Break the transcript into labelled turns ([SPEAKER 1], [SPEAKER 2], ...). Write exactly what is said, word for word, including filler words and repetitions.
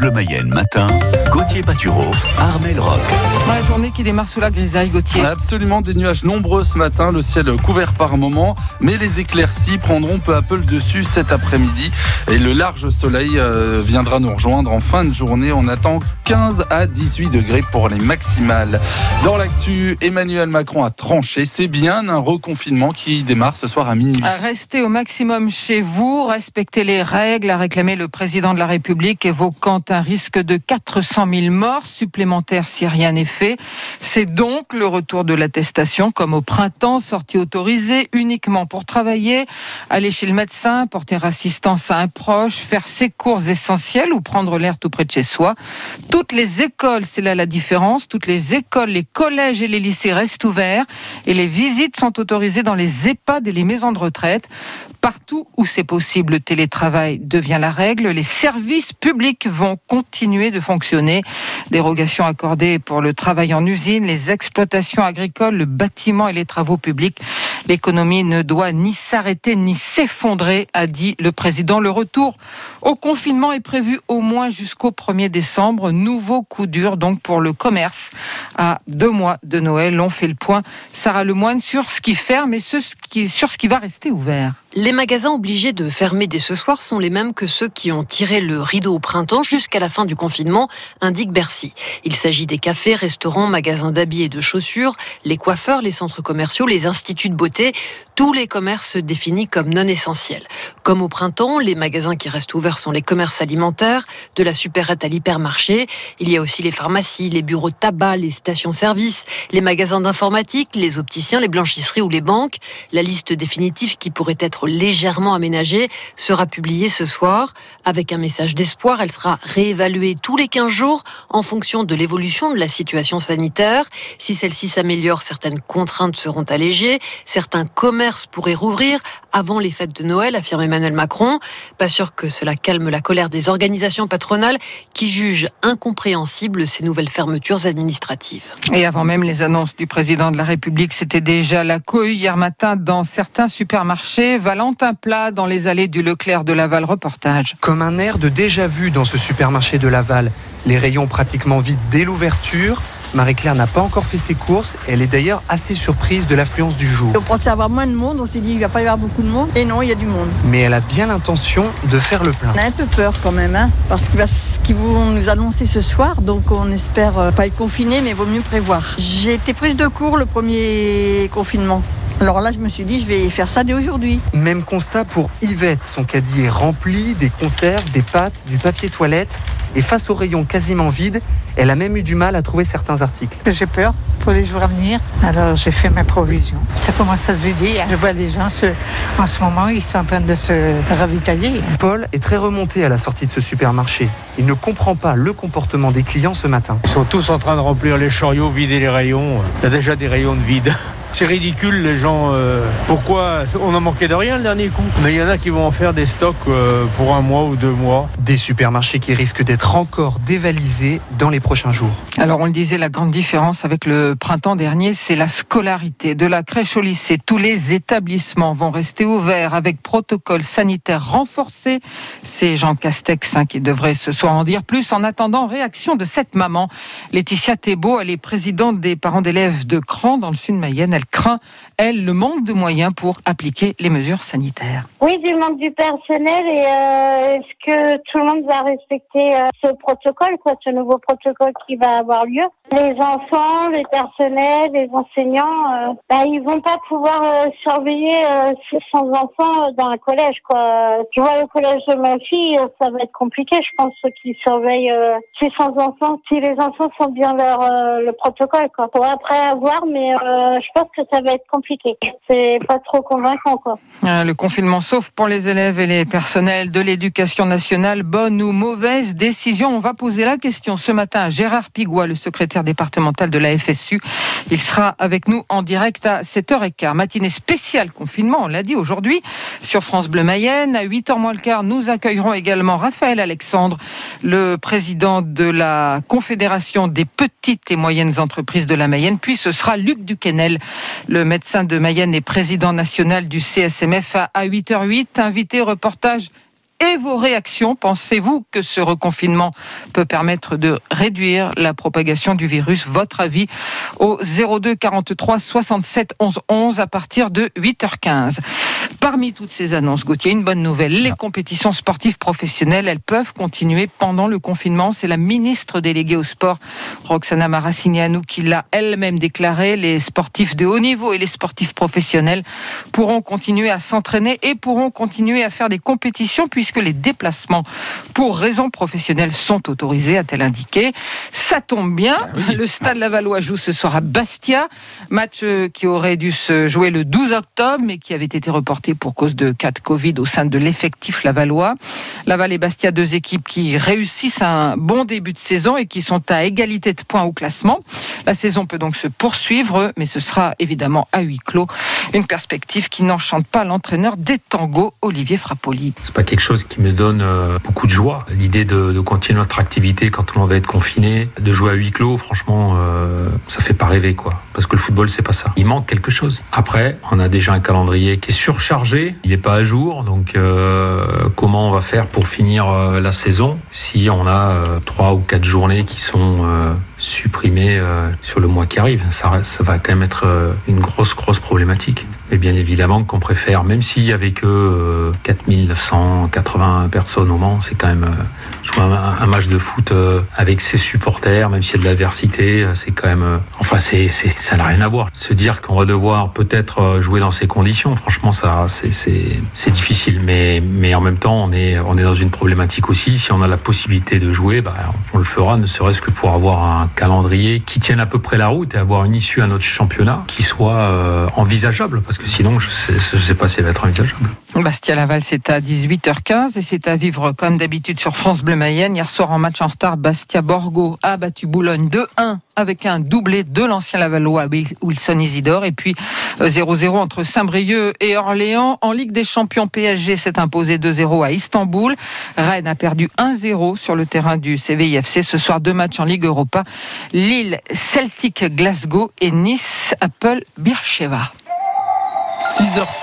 [SPEAKER 1] Bleu Mayenne matin, Gauthier Patureau, Armel Rock.
[SPEAKER 2] La journée qui démarre sous la grisaille, Gauthier.
[SPEAKER 3] Absolument, des nuages nombreux ce matin, le ciel couvert par moments, mais les éclaircies prendront peu à peu le dessus cet après-midi et le large soleil euh, viendra nous rejoindre en fin de journée. On attend quinze à dix-huit degrés pour les maximales. Dans l'actu, Emmanuel Macron a tranché, c'est bien un reconfinement qui démarre ce soir à minuit.
[SPEAKER 2] Restez au maximum chez vous, respectez les règles, a réclamé le président de la République, évoquant un risque de quatre cent mille morts supplémentaires si rien n'est fait. C'est donc le retour de l'attestation comme au printemps, sortie autorisée uniquement pour travailler, aller chez le médecin, porter assistance à un proche, faire ses courses essentielles ou prendre l'air tout près de chez soi. Toutes les écoles, c'est là la différence, toutes les écoles, les collèges et les lycées restent ouverts et les visites sont autorisées dans les EHPAD et les maisons de retraite. Partout où c'est possible, le télétravail devient la règle. Les services publics vont continuer de fonctionner. Dérogation accordée pour le travail en usine, les exploitations agricoles, le bâtiment et les travaux publics. L'économie ne doit ni s'arrêter ni s'effondrer, a dit le président. Le retour au confinement est prévu au moins jusqu'au premier décembre. Nouveau coup dur donc pour le commerce. À deux mois de Noël, on fait le point. Sarah Lemoine sur ce qui ferme et ce qui, sur ce qui va rester ouvert.
[SPEAKER 4] Les magasins obligés de fermer dès ce soir sont les mêmes que ceux qui ont tiré le rideau au printemps jusqu'à la fin du confinement, indique Bercy. Il s'agit des cafés, restaurants, magasins d'habits et de chaussures, les coiffeurs, les centres commerciaux, les instituts de beauté, tous les commerces définis comme non essentiels. Comme au printemps, les magasins qui restent ouverts sont les commerces alimentaires, de la supérette à l'hypermarché. Il y a aussi les pharmacies, les bureaux de tabac, les stations-service, les magasins d'informatique, les opticiens, les blanchisseries ou les banques. La liste définitive qui pourrait être légèrement aménagée sera publiée ce soir. Avec un message d'espoir, elle sera réévaluée tous les quinze jours en fonction de l'évolution de la situation sanitaire. Si celle-ci s'améliore, certaines contraintes seront allégées, certains commerces pourraient rouvrir avant les fêtes de Noël, affirme Emmanuel Macron. Pas sûr que cela calme la colère des organisations patronales qui jugent incompréhensibles ces nouvelles fermetures administratives.
[SPEAKER 2] Et avant même les annonces du président de la République, c'était déjà la cohue hier matin dans certains supermarchés. Valentin Plat dans les allées du Leclerc de Laval, reportage.
[SPEAKER 5] Comme un air de déjà-vu dans ce supermarché de Laval. Les rayons pratiquement vides dès l'ouverture. Marie-Claire n'a pas encore fait ses courses. Elle est d'ailleurs assez surprise de l'affluence du jour.
[SPEAKER 6] On pensait avoir moins de monde, on s'est dit qu'il ne va pas y avoir beaucoup de monde. Et non, il y a du monde.
[SPEAKER 5] Mais elle a bien l'intention de faire le plein.
[SPEAKER 6] On a un peu peur quand même, hein, parce qu'il va, ce qu'ils vont nous annoncer ce soir. Donc on espère euh, pas être confinés, mais il vaut mieux prévoir. J'ai été prise de court le premier confinement. Alors là, je me suis dit, je vais faire ça dès aujourd'hui.
[SPEAKER 5] Même constat pour Yvette. Son caddie est rempli, des conserves, des pâtes, du papier toilette. Et face aux rayons quasiment vides, elle a même eu du mal à trouver certains articles.
[SPEAKER 7] J'ai peur pour les jours à venir, alors j'ai fait mes provisions. Ça commence à se vider. Je vois les gens, se... en ce moment, ils sont en train de se ravitailler.
[SPEAKER 5] Paul est très remonté à la sortie de ce supermarché. Il ne comprend pas le comportement des clients ce matin.
[SPEAKER 8] Ils sont tous en train de remplir les chariots, vider les rayons. Il y a déjà des rayons de vide. C'est ridicule, les gens. Euh, pourquoi on en manquait de rien le dernier coup. Mais il y en a qui vont en faire des stocks euh, pour un mois ou deux mois.
[SPEAKER 5] Des supermarchés qui risquent d'être encore dévalisés dans les prochains jours.
[SPEAKER 2] Alors on le disait, la grande différence avec le printemps dernier, c'est la scolarité. De la crèche au lycée, tous les établissements vont rester ouverts avec protocole sanitaire renforcé. C'est Jean Castex hein, qui devrait ce soir en dire plus. En attendant, réaction de cette maman, Laetitia Thébault, elle est présidente des parents d'élèves de Cran dans le sud de Mayenne. Elle craint, elle, le manque de moyens pour appliquer les mesures sanitaires.
[SPEAKER 9] Oui, du manque du personnel et euh, est-ce que tout le monde va respecter euh, ce protocole, quoi, ce nouveau protocole qui va avoir lieu? Les enfants, les personnels, les enseignants, euh, bah, ils vont pas pouvoir euh, surveiller euh, six cents enfants dans un collège, quoi. Tu vois, le collège de ma fille, euh, ça va être compliqué, je pense, ceux qui surveillent euh, six cents enfants, si les enfants sont bien leur euh, le protocole, quoi. Faut après avoir, mais euh, je pense que ça va être compliqué. C'est pas trop convaincant, quoi.
[SPEAKER 2] Ah, le confinement, sauf pour les élèves et les personnels de l'éducation nationale, bonne ou mauvaise décision? On va poser la question ce matin à Gérard Pigois, le secrétaire départemental de la F S U. Il sera avec nous en direct à sept heures quinze. Matinée spéciale confinement, on l'a dit aujourd'hui, sur France Bleu Mayenne. À huit heures moins le quart, nous accueillerons également Raphaël Alexandre, le président de la Confédération des petites et moyennes entreprises de la Mayenne. Puis ce sera Luc Duquesnel, le médecin de Mayenne et président national du C S M F à huit heures huit. Invité reportage et vos réactions. Pensez-vous que ce reconfinement peut permettre de réduire la propagation du virus? Votre avis au zéro deux quarante-trois soixante-sept onze onze à partir de huit heures quinze. Parmi toutes ces annonces, Gauthier, une bonne nouvelle. Les compétitions sportives professionnelles, elles peuvent continuer pendant le confinement. C'est la ministre déléguée au sport, Roxana Maracineanu, qui l'a elle-même déclaré. Les sportifs de haut niveau et les sportifs professionnels pourront continuer à s'entraîner et pourront continuer à faire des compétitions puisque les déplacements pour raisons professionnelles sont autorisés, a-t-elle indiqué. Ça tombe bien. Le Stade Lavallois joue ce soir à Bastia. Match qui aurait dû se jouer le douze octobre, mais qui avait été reporté pour cause de cas de Covid au sein de l'effectif lavallois. Laval et Bastia, deux équipes qui réussissent un bon début de saison et qui sont à égalité de points au classement. La saison peut donc se poursuivre, mais ce sera évidemment à huis clos. Une perspective qui n'enchante pas l'entraîneur des Tangos, Olivier Frappoli.
[SPEAKER 10] C'est pas quelque chose qui me donne euh, beaucoup de joie. L'idée de, de continuer notre activité quand tout le monde va être confiné, de jouer à huis clos, franchement, euh, ça fait pas rêver, quoi. Parce que le football, c'est pas ça. Il manque quelque chose. Après, on a déjà un calendrier qui est surchargé. Il est pas à jour. Donc, euh, comment on va faire pour finir euh, la saison si on a euh, trois ou quatre journées qui sont euh, supprimées euh, sur le mois qui arrive? Ça, ça va quand même être euh, une grosse, grosse problématique. Mais bien évidemment qu'on préfère, même s'il y avait que euh, quatre mille neuf cent quatre-vingts personnes au Mans, c'est quand même euh, jouer un, un match de foot euh, avec ses supporters, même s'il y a de l'adversité, euh, c'est quand même... Euh, enfin, c'est, c'est, ça n'a rien à voir. Se dire qu'on va devoir peut-être euh, jouer dans ces conditions, franchement, ça, c'est, c'est, c'est difficile. Mais, mais en même temps, on est, on est dans une problématique aussi. Si on a la possibilité de jouer, bah, on le fera, ne serait-ce que pour avoir un calendrier qui tienne à peu près la route et avoir une issue à notre championnat qui soit euh, envisageable. Parce que sinon, je sais, je sais pas si elle va être envisageable.
[SPEAKER 2] Bastia-Laval, c'est à dix-huit heures quinze et c'est à vivre comme d'habitude sur France Bleu Mayenne. Hier soir, en match en retard, Bastia-Borgo a battu Boulogne deux un avec un doublé de l'ancien Lavallois Wilson Isidore. Et puis zéro zéro entre Saint-Brieuc et Orléans. En Ligue des Champions, P S G s'est imposé deux zéro à Istanbul. Rennes a perdu un zéro sur le terrain du C V I F C. Ce soir, deux matchs en Ligue Europa. Lille, Celtic Glasgow et Nice, Apple Beersheva.
[SPEAKER 3] six heures